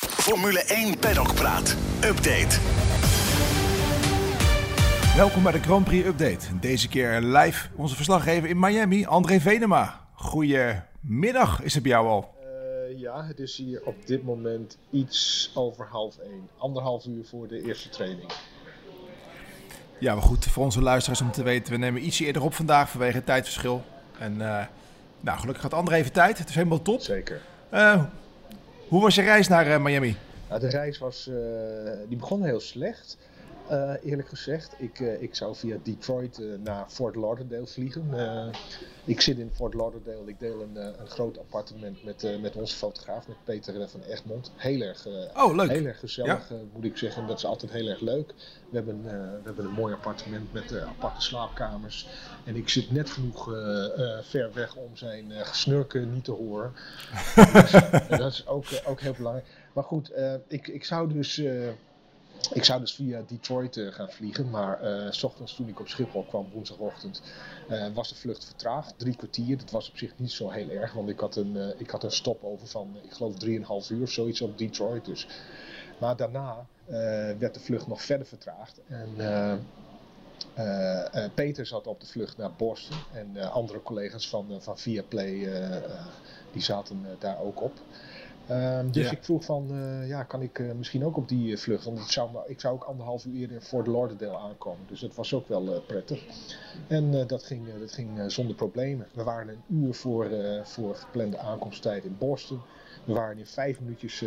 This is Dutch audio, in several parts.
Formule 1 Paddock Praat. Update. Welkom bij de Grand Prix Update. Deze keer live onze verslaggever in Miami, André Venema. Goedemiddag is het bij jou al. Ja, het is hier op dit moment iets over 12:30. 1,5 uur voor de eerste training. Ja, maar goed, voor onze luisteraars om te weten, we nemen ietsje eerder op vandaag vanwege het tijdverschil. En gelukkig had André even tijd, het is helemaal top. Zeker. Hoe was je reis naar Miami? Nou, de reis die begon heel slecht. Eerlijk gezegd, ik zou via Detroit naar Fort Lauderdale vliegen. Ik zit in Fort Lauderdale, ik deel een groot appartement met onze fotograaf, met Peter van Egmond. Heel erg, leuk. Heel erg gezellig, moet ik zeggen. Dat is altijd heel erg leuk. We hebben een mooi appartement met aparte slaapkamers. En ik zit net genoeg ver weg om zijn gesnurken niet te horen. Dus, dat is ook heel belangrijk. Maar goed, ik zou dus via Detroit gaan vliegen, maar 's ochtends toen ik op Schiphol kwam, woensdagochtend, was de vlucht vertraagd. 3 kwartier, dat was op zich niet zo heel erg, want ik had een stopover van, ik geloof 3,5 uur of zoiets op Detroit. Dus. Maar daarna werd de vlucht nog verder vertraagd. En Peter zat op de vlucht naar Boston en andere collega's van Viaplay die zaten daar ook op. Dus ik vroeg van, kan ik misschien ook op die vlucht? Want ik zou ook 1,5 uur eerder in Fort Lauderdale aankomen. Dus dat was ook wel prettig. En dat ging zonder problemen. We waren een uur voor geplande aankomsttijd in Boston. We waren in 5 minuutjes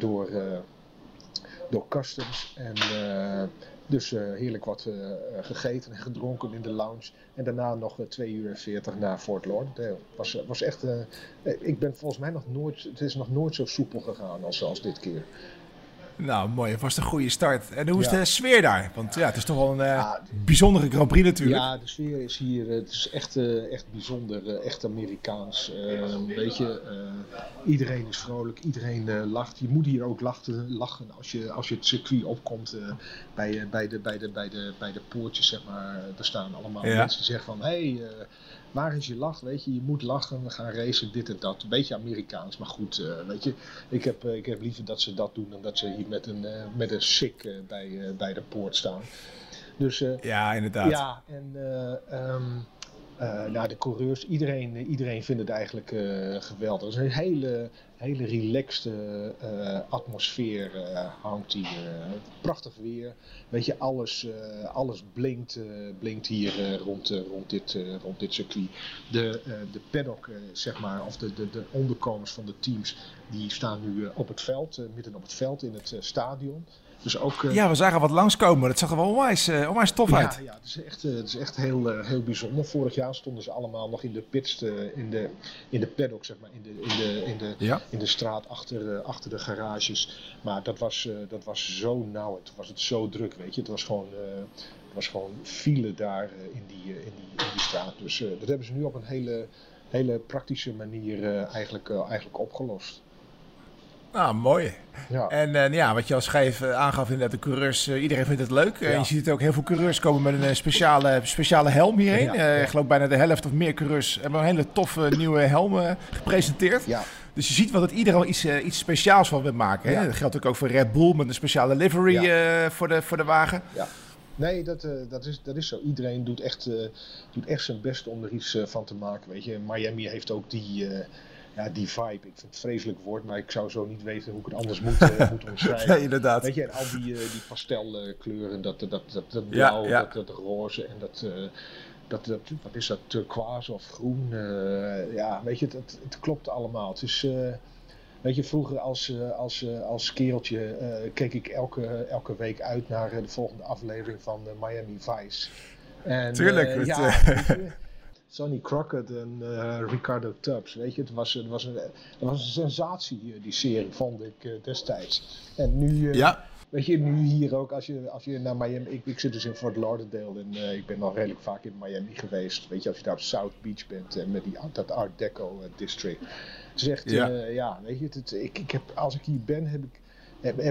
door customs. En dus heerlijk wat gegeten en gedronken in de lounge. En daarna nog 2 uur en 40 naar Fort Lauderdale. Was echt, ik ben volgens mij het is nog nooit zo soepel gegaan als dit keer. Nou, mooi. Het was een goede start. En hoe is de sfeer daar? Want het is toch wel een bijzondere Grand Prix natuurlijk. Ja, de sfeer is hier, het is echt bijzonder, echt Amerikaans. Iedereen is vrolijk, iedereen lacht. Je moet hier ook lachen als je het circuit opkomt bij de poortjes, zeg maar. Er staan allemaal mensen die zeggen van, waar is je lach, weet je moet lachen, we gaan racen, dit en dat. Een beetje Amerikaans, maar goed, weet je. Ik heb liever dat ze dat doen dan dat ze hier met een sik bij de poort staan. Dus, ja, inderdaad. Ja, en de coureurs, iedereen vindt het eigenlijk geweldig. Het is een hele relaxte atmosfeer hangt hier. Prachtig weer. Weet je, alles blinkt hier rond dit circuit. De paddock, zeg maar, of de onderkomens van de teams, die staan nu op het veld, midden op het veld in het stadion. Dus ook, we zagen wat langskomen. Dat zag er wel onwijs tof uit. Ja, het is echt heel bijzonder. Vorig jaar stonden ze allemaal nog in de pits, in de paddock, zeg maar, in de straat achter de garages. Maar dat was zo nauw. Toen was het zo druk, weet je. Het was gewoon file daar in die straat. Dus dat hebben ze nu op een hele praktische manier eigenlijk opgelost. Nou, mooi. Ja. En wat je al aangaf, inderdaad, de coureurs, iedereen vindt het leuk. Je ziet het ook, heel veel coureurs komen met een speciale helm hierheen. Ik geloof bijna de helft of meer coureurs hebben een hele toffe nieuwe helm gepresenteerd. Ja. Dus je ziet wel dat iedereen iets speciaals van wil maken. Hè? Ja. Dat geldt ook voor Red Bull met een speciale livery voor de wagen. Ja. Nee, dat is zo. Iedereen doet echt zijn best om er iets van te maken. Weet je, Miami heeft ook die vibe. Ik vind het een vreselijk woord, maar ik zou zo niet weten hoe ik het anders moet omschrijven. Nee, inderdaad. Weet je, en al die pastelkleuren, dat blauw, dat roze en wat is dat, turquoise of groen? Weet je, het klopt allemaal. Het is, weet je, vroeger als kereltje keek ik elke week uit naar de volgende aflevering van Miami Vice. En, tuurlijk. Sonny Crockett en Ricardo Tubbs, weet je, het was een sensatie, die serie, vond ik destijds. En nu, weet je, nu hier ook, als je naar Miami, ik zit dus in Fort Lauderdale en ik ben nog redelijk vaak in Miami geweest, weet je, als je daar op South Beach bent en met dat Art Deco district. Het is echt, weet je, ik heb, als ik hier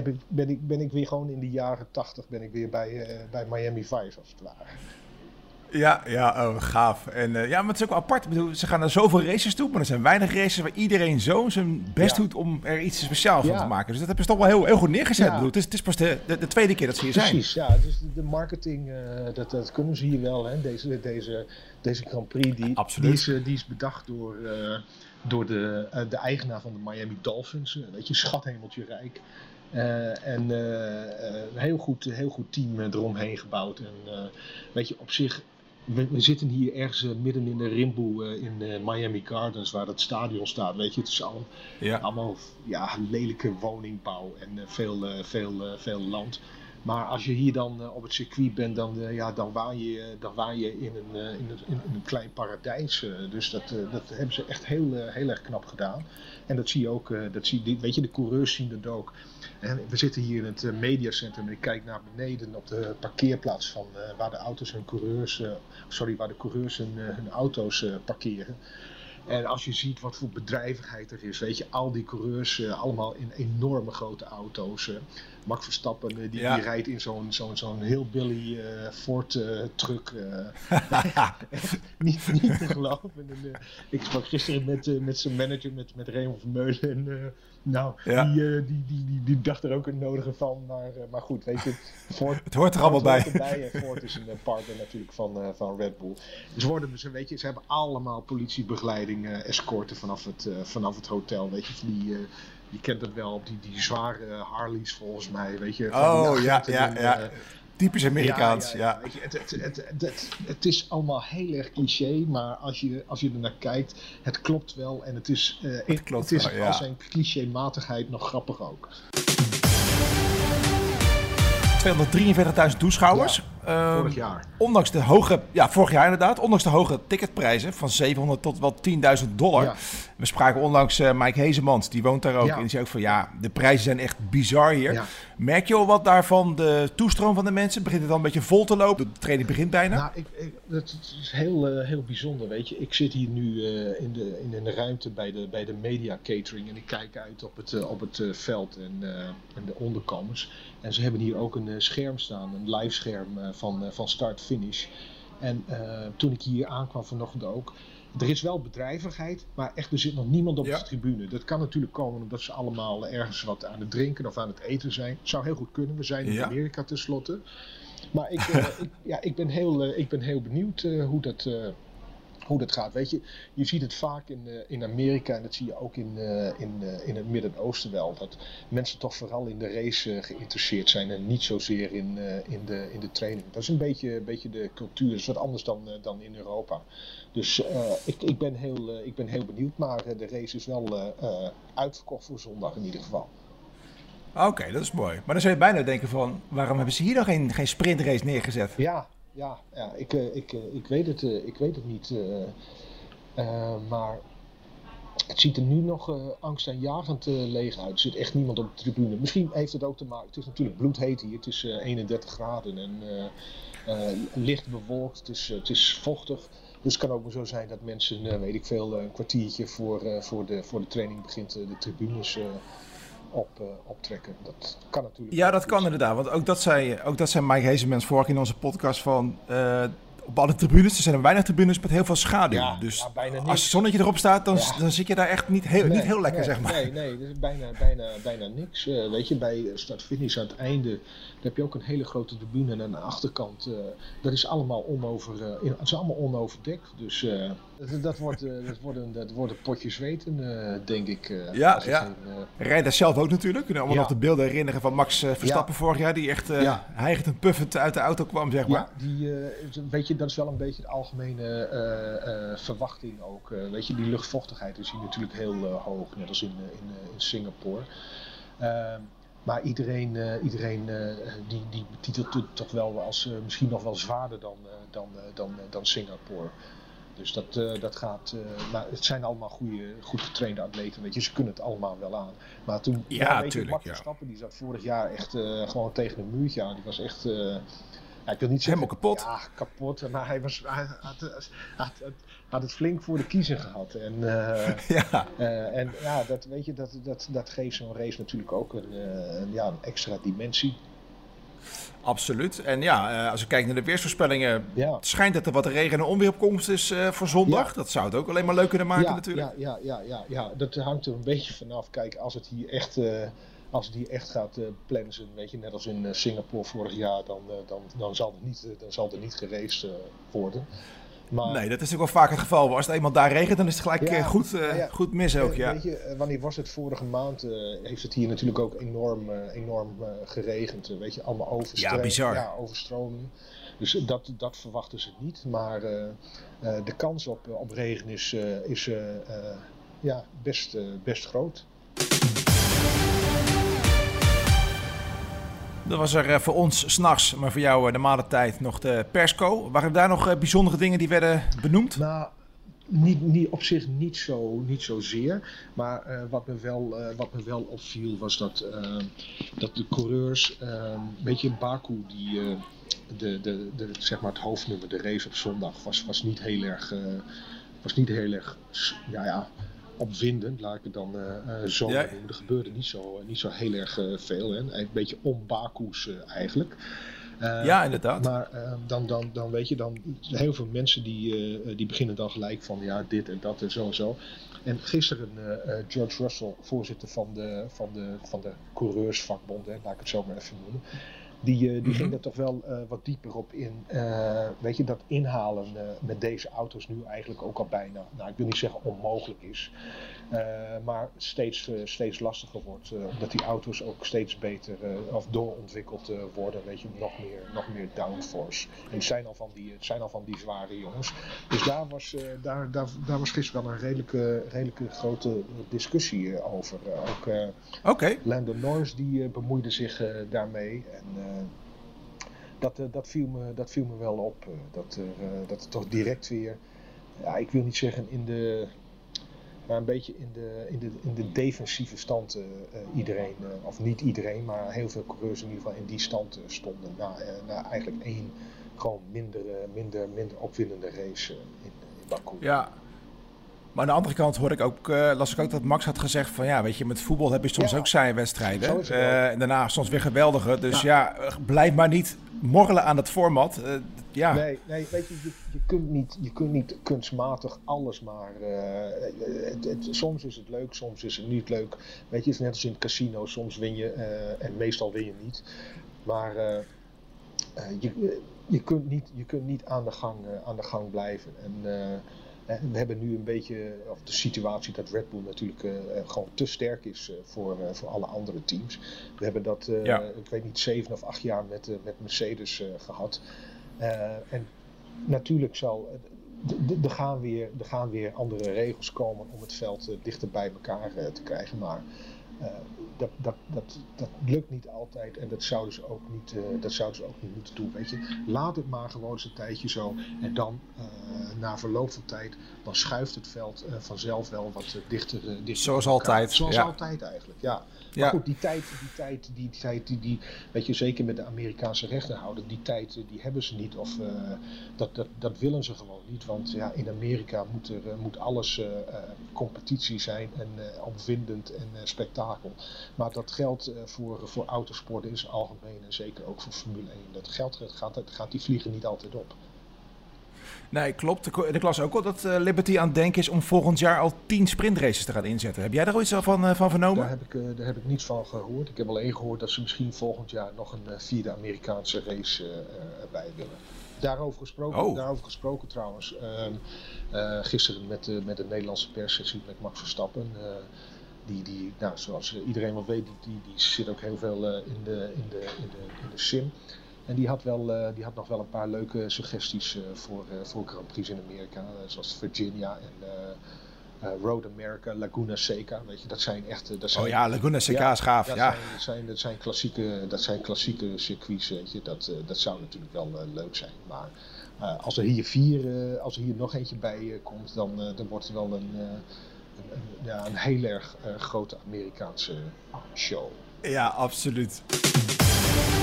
ben ik weer gewoon in de jaren 80, ben ik weer bij Miami Vice als het ware. Ja, gaaf. En maar het is ook wel apart. Ik bedoel, ze gaan naar zoveel races toe, maar er zijn weinig races waar iedereen zo zijn best doet om er iets speciaals van te maken. Dus dat hebben ze toch wel heel goed neergezet. Ja. Ik bedoel, het is pas de tweede keer dat ze hier zijn. Precies, ja. Dus de marketing, dat kunnen ze hier wel. Hè. Deze Grand Prix, die is bedacht door de eigenaar van de Miami Dolphins. Weet je, schathemeltje rijk. En een heel goed team eromheen gebouwd. En weet je, op zich, we zitten hier ergens midden in de rimboe in Miami Gardens, waar het stadion staat. Weet je, het is allemaal lelijke woningbouw en veel land. Maar als je hier dan op het circuit bent, dan waan je in een klein paradijs. Dus dat hebben ze echt heel erg knap gedaan. En dat zie je ook, weet je, de coureurs zien dat ook. En we zitten hier in het mediacentrum en ik kijk naar beneden op de parkeerplaats van waar de coureurs hun auto's parkeren. En als je ziet wat voor bedrijvigheid er is, weet je, al die coureurs allemaal in enorme grote auto's. Max Verstappen die rijdt in zo'n heel Billy Ford truck. Niet te geloven. En, ik sprak gisteren met zijn manager, met Raymond Vermeulen. En die dacht er ook een nodige van. Maar goed, weet je, Ford, het hoort er allemaal bij. Ford is een partner natuurlijk van Red Bull. Dus ze hebben allemaal politiebegeleiding, escorten vanaf het hotel. Weet je, je kent dat wel, die zware Harleys volgens mij, weet je. Typisch Amerikaans, ja. Weet je, het is allemaal heel erg cliché, maar als je er naar kijkt, het klopt wel. En het is al zijn clichématigheid nog grappig ook. 243.000 toeschouwers. Vorig jaar. Ondanks de hoge, vorig jaar inderdaad, ondanks de hoge ticketprijzen van $700 tot wel $10.000. Ja. We spraken onlangs Mike Hezemans, die woont daar ook. En die zei ook van de prijzen zijn echt bizar hier. Ja. Merk je al wat daarvan, de toestroom van de mensen? Begint het dan een beetje vol te lopen? De training begint bijna? Nou, het is heel bijzonder, weet je. Ik zit hier nu in de ruimte bij de media catering en ik kijk uit op het veld en de onderkomers. En ze hebben hier ook een scherm staan, een live scherm van start-finish. En toen ik hier aankwam vanochtend ook, er is wel bedrijvigheid, maar echt er zit nog niemand op de tribune. Dat kan natuurlijk komen omdat ze allemaal ergens wat aan het drinken of aan het eten zijn. Zou heel goed kunnen, we zijn in Amerika tenslotte. Maar ik ben heel benieuwd hoe dat gaat. Weet je, je ziet het vaak in Amerika en dat zie je ook in het Midden-Oosten wel. Dat mensen toch vooral in de race geïnteresseerd zijn en niet zozeer in de training. Dat is een beetje de cultuur. Dat is wat anders dan in Europa. Dus ik ben heel benieuwd, maar de race is wel uitverkocht voor zondag in ieder geval. Oké, dat is mooi. Maar dan zou je bijna denken van, waarom hebben ze hier nog geen sprintrace neergezet? Ja, ik weet het niet. Maar het ziet er nu nog angstaanjagend leeg uit. Er zit echt niemand op de tribune. Misschien heeft het ook te maken. Het is natuurlijk bloedheet hier. Het is 31 graden en licht bewolkt. Het is vochtig. Dus het kan ook maar zo zijn dat mensen, een kwartiertje voor de training begint de tribunes optrekken. Dat kan natuurlijk. Ja, dat kan inderdaad. Want ook dat zei Mike Hezemans vorig in onze podcast van op alle tribunes, er zijn weinig tribunes met heel veel schaduw. Ja, dus als het zonnetje erop staat, dan zit je daar echt niet heel lekker, zeg maar. Nee, dat is bijna niks. Weet je, bij start-finish aan het einde, daar heb je ook een hele grote tribune en aan de achterkant, dat is allemaal onoverdekt. Dus dat wordt potjes zweten, denk ik. Rijd daar zelf ook natuurlijk. Kunnen allemaal nog de beelden herinneren van Max Verstappen vorig jaar, die echt hijgend en puffend uit de auto kwam, zeg maar. Ja, weet je, dat is wel een beetje de algemene verwachting ook. Weet je, die luchtvochtigheid is hier natuurlijk heel hoog, net als in Singapore. Maar iedereen die betitelt het toch wel als misschien nog wel zwaarder dan Singapore. Dus dat gaat. Maar het zijn allemaal goed getrainde atleten. Weet je, ze kunnen het allemaal wel aan. Maar toen. Max Verstappen die zat vorig jaar echt gewoon tegen een muurtje aan. Die was echt. Ik wil niet zeggen. Helemaal kapot. Ja, kapot. Maar hij had het flink voor de kiezer gehad. En dat geeft zo'n race natuurlijk ook een extra dimensie. Absoluut. En als we kijken naar de weersvoorspellingen, Ja. schijnt dat er wat regen en onweer op komst is voor zondag. Ja. Dat zou het ook alleen maar leuk kunnen maken natuurlijk. Ja, dat hangt er een beetje vanaf. Kijk, als het hier echt gaat plensen, weet je, net als in Singapore vorig jaar, dan zal er niet geraced worden. Maar, nee, dat is natuurlijk wel vaak het geval. Als het eenmaal daar regent, dan is het gelijk goed mis ook. Ja. Weet je, wanneer was het? Vorige maand heeft het hier natuurlijk ook enorm geregend. Weet je, allemaal overstromingen. Ja, bizar. Ja, overstromingen. Dus dat verwachten ze niet. Maar de kans op regen is best groot. Dat was er voor ons 's nachts, maar voor jou de maandentijd nog de persco. Waren er daar nog bijzondere dingen die werden benoemd? Nou, op zich niet zozeer. Maar wat me wel opviel was dat de coureurs, weet je, Baku, zeg maar het hoofdnummer, de race op zondag, was niet heel erg opwindend, laat ik het dan zo noemen. Er gebeurde niet zo heel erg veel. Hè? Een beetje om Baku's eigenlijk. Inderdaad. Maar dan weet je, dan heel veel mensen die beginnen dan gelijk van dit en dat en zo en zo. En gisteren George Russell, voorzitter van de coureursvakbond, laat ik het zo maar even noemen. Die ging er toch wel wat dieper op in. Weet je, dat inhalen met deze auto's nu eigenlijk ook al bijna, ik wil niet zeggen onmogelijk is. Maar steeds lastiger wordt. Omdat die auto's ook steeds beter of doorontwikkeld worden. Weet je, nog meer downforce. En het zijn al van die zware jongens. Dus daar was gisteren wel een redelijke grote discussie over. Ook Lando Norris die bemoeide zich daarmee. En dat viel me wel op. Dat er toch direct weer, ik wil niet zeggen maar een beetje in de defensieve stand iedereen, of niet iedereen, maar heel veel coureurs in ieder geval in die stand stonden. Na eigenlijk één gewoon minder opwindende race in Baku. Ja. Maar aan de andere kant las ik ook dat Max had gezegd van weet je, met voetbal heb je soms ook saaie wedstrijden. En daarna soms weer geweldige. Dus blijf maar niet morrelen aan het format. Nee, weet je, je kunt niet kunstmatig alles maar. Soms is het leuk, soms is het niet leuk. Weet je, het is net als in het casino, soms win je en meestal win je niet. Maar je kunt niet aan de gang blijven. En we hebben nu een beetje de situatie dat Red Bull natuurlijk gewoon te sterk is voor alle andere teams. We hebben dat, ik weet niet, 7 of 8 jaar met Mercedes gehad. En natuurlijk er gaan weer andere regels komen om het veld dichter bij elkaar te krijgen. Maar dat lukt niet altijd en dat zouden ze ook niet moeten doen. Weet je, laat het maar gewoon eens een tijdje zo en dan na verloop van tijd dan schuift het veld vanzelf wel wat dichter. Zoals altijd. Zoals altijd eigenlijk. Ja. Maar goed, die tijd, weet je, zeker met de Amerikaanse rechterhouder, die tijd die hebben ze niet of dat willen ze gewoon niet, want in Amerika moet alles competitie zijn en opwindend en spektakel. Maar dat geldt voor autosport in zijn algemeen en zeker ook voor Formule 1. Dat geld gaat die vliegen niet altijd op. Nee, klopt. Ik las ook al dat Liberty aan het denken is om volgend jaar al 10 sprintraces te gaan inzetten. Heb jij daar iets van vernomen? Daar heb ik niets van gehoord. Ik heb alleen gehoord dat ze misschien volgend jaar nog een 4e Amerikaanse race erbij willen. Daarover gesproken trouwens. Gisteren met de Nederlandse perssessie met Max Verstappen. Die zoals iedereen wel weet, die zit ook heel veel in de sim. En die had nog wel een paar leuke suggesties voor Grand Prix in Amerika. Zoals Virginia en Road America, Laguna Seca. Weet je, dat zijn echt... Laguna Seca is gaaf. Dat zijn klassieke circuits, weet je. Dat zou natuurlijk wel leuk zijn. Maar als er hier nog eentje bij komt, dan wordt het wel een heel erg grote Amerikaanse show. Ja, absoluut.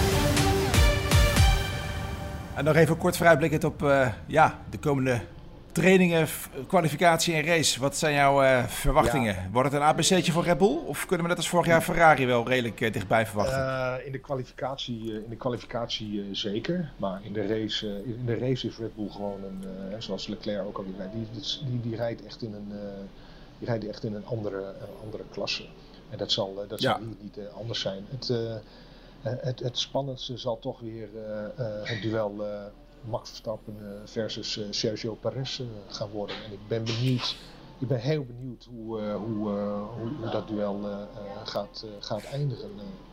En nog even kort vooruitblikkend op de komende trainingen, kwalificatie en race. Wat zijn jouw verwachtingen? Ja. Wordt het een ABC'tje voor Red Bull? Of kunnen we net als vorig jaar Ferrari wel redelijk dichtbij verwachten? In de kwalificatie zeker. Maar in de race is Red Bull gewoon zoals Leclerc ook al rijdt. Die rijdt echt in een andere klasse. En dat zal hier niet anders zijn. Het spannendste zal toch weer het duel Max Verstappen versus Sergio Perez gaan worden. En ik ben heel benieuwd hoe dat duel gaat eindigen.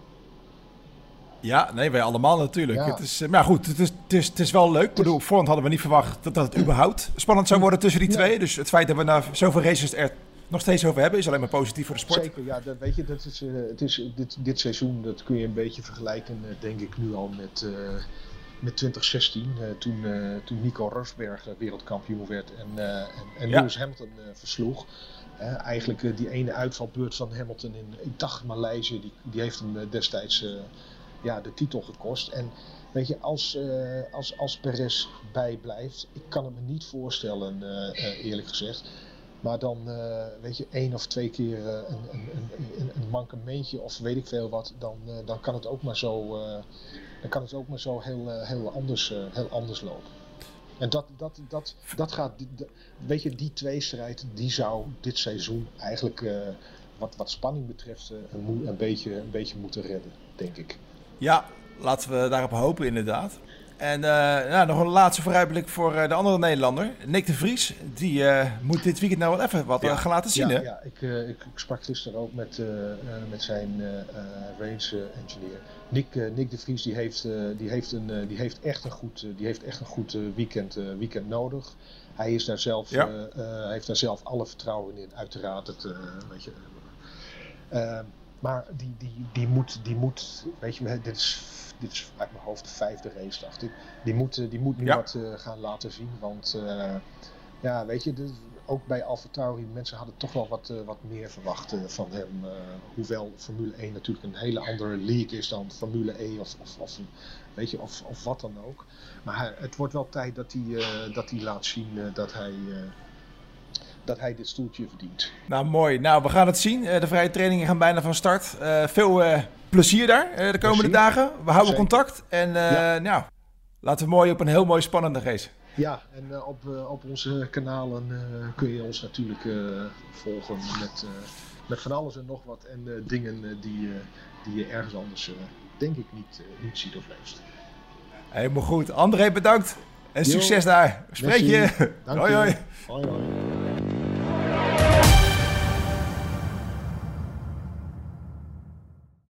Ja, nee, wij allemaal natuurlijk. Ja. Het is, maar goed, het is wel leuk. Ik bedoel, voorhand hadden we niet verwacht dat het überhaupt spannend zou worden tussen die twee. Dus het feit dat we na zoveel races er nog steeds over hebben is alleen maar positief voor de sport. Zeker, ja, dit seizoen, dat kun je een beetje vergelijken, denk ik nu al met 2016, toen Nico Rosberg wereldkampioen werd en Lewis Hamilton versloeg. Eigenlijk die ene uitvalbeurt van Hamilton ik dacht Maleisië, die heeft hem destijds de titel gekost. En weet je, als Perez bijblijft, ik kan het me niet voorstellen, eerlijk gezegd. Maar dan, weet je, 1 of 2 keer een mankementje of weet ik veel wat, dan kan het ook maar zo, heel anders lopen. En dat gaat, weet je, die tweestrijd, die zou dit seizoen eigenlijk, wat spanning betreft, een beetje moeten redden, denk ik. Ja, laten we daarop hopen inderdaad. En nog een laatste vooruitblik voor de andere Nederlander, Nick de Vries. Die moet dit weekend nou wel even wat gaan laten zien, hè? Ja, ik sprak gisteren ook met zijn race engineer. Nick de Vries die heeft echt een goed weekend nodig. Hij is daar zelf, hij heeft daar zelf alle vertrouwen in, uiteraard. Maar die moet, weet je, dit is uit mijn hoofd de 5e race, dacht ik. Die moet nu wat gaan laten zien. Want weet je, ook bij AlphaTauri, mensen hadden toch wel wat meer verwacht van hem. Hoewel Formule 1 natuurlijk een hele andere league is dan Formule E of wat dan ook. Maar het wordt wel tijd dat hij laat zien dat hij dit stoeltje verdient. Nou, mooi. Nou, we gaan het zien. De vrije trainingen gaan bijna van start. Veel plezier daar de komende dagen. We houden contact. En laten we mooi op een heel mooi spannende race. Ja, en op onze kanalen kun je ons natuurlijk volgen met van alles en nog wat. En dingen die je ergens anders, denk ik, niet ziet of leest. Helemaal goed. André, bedankt. En succes daar. Spreek je. Dank je. Hoi.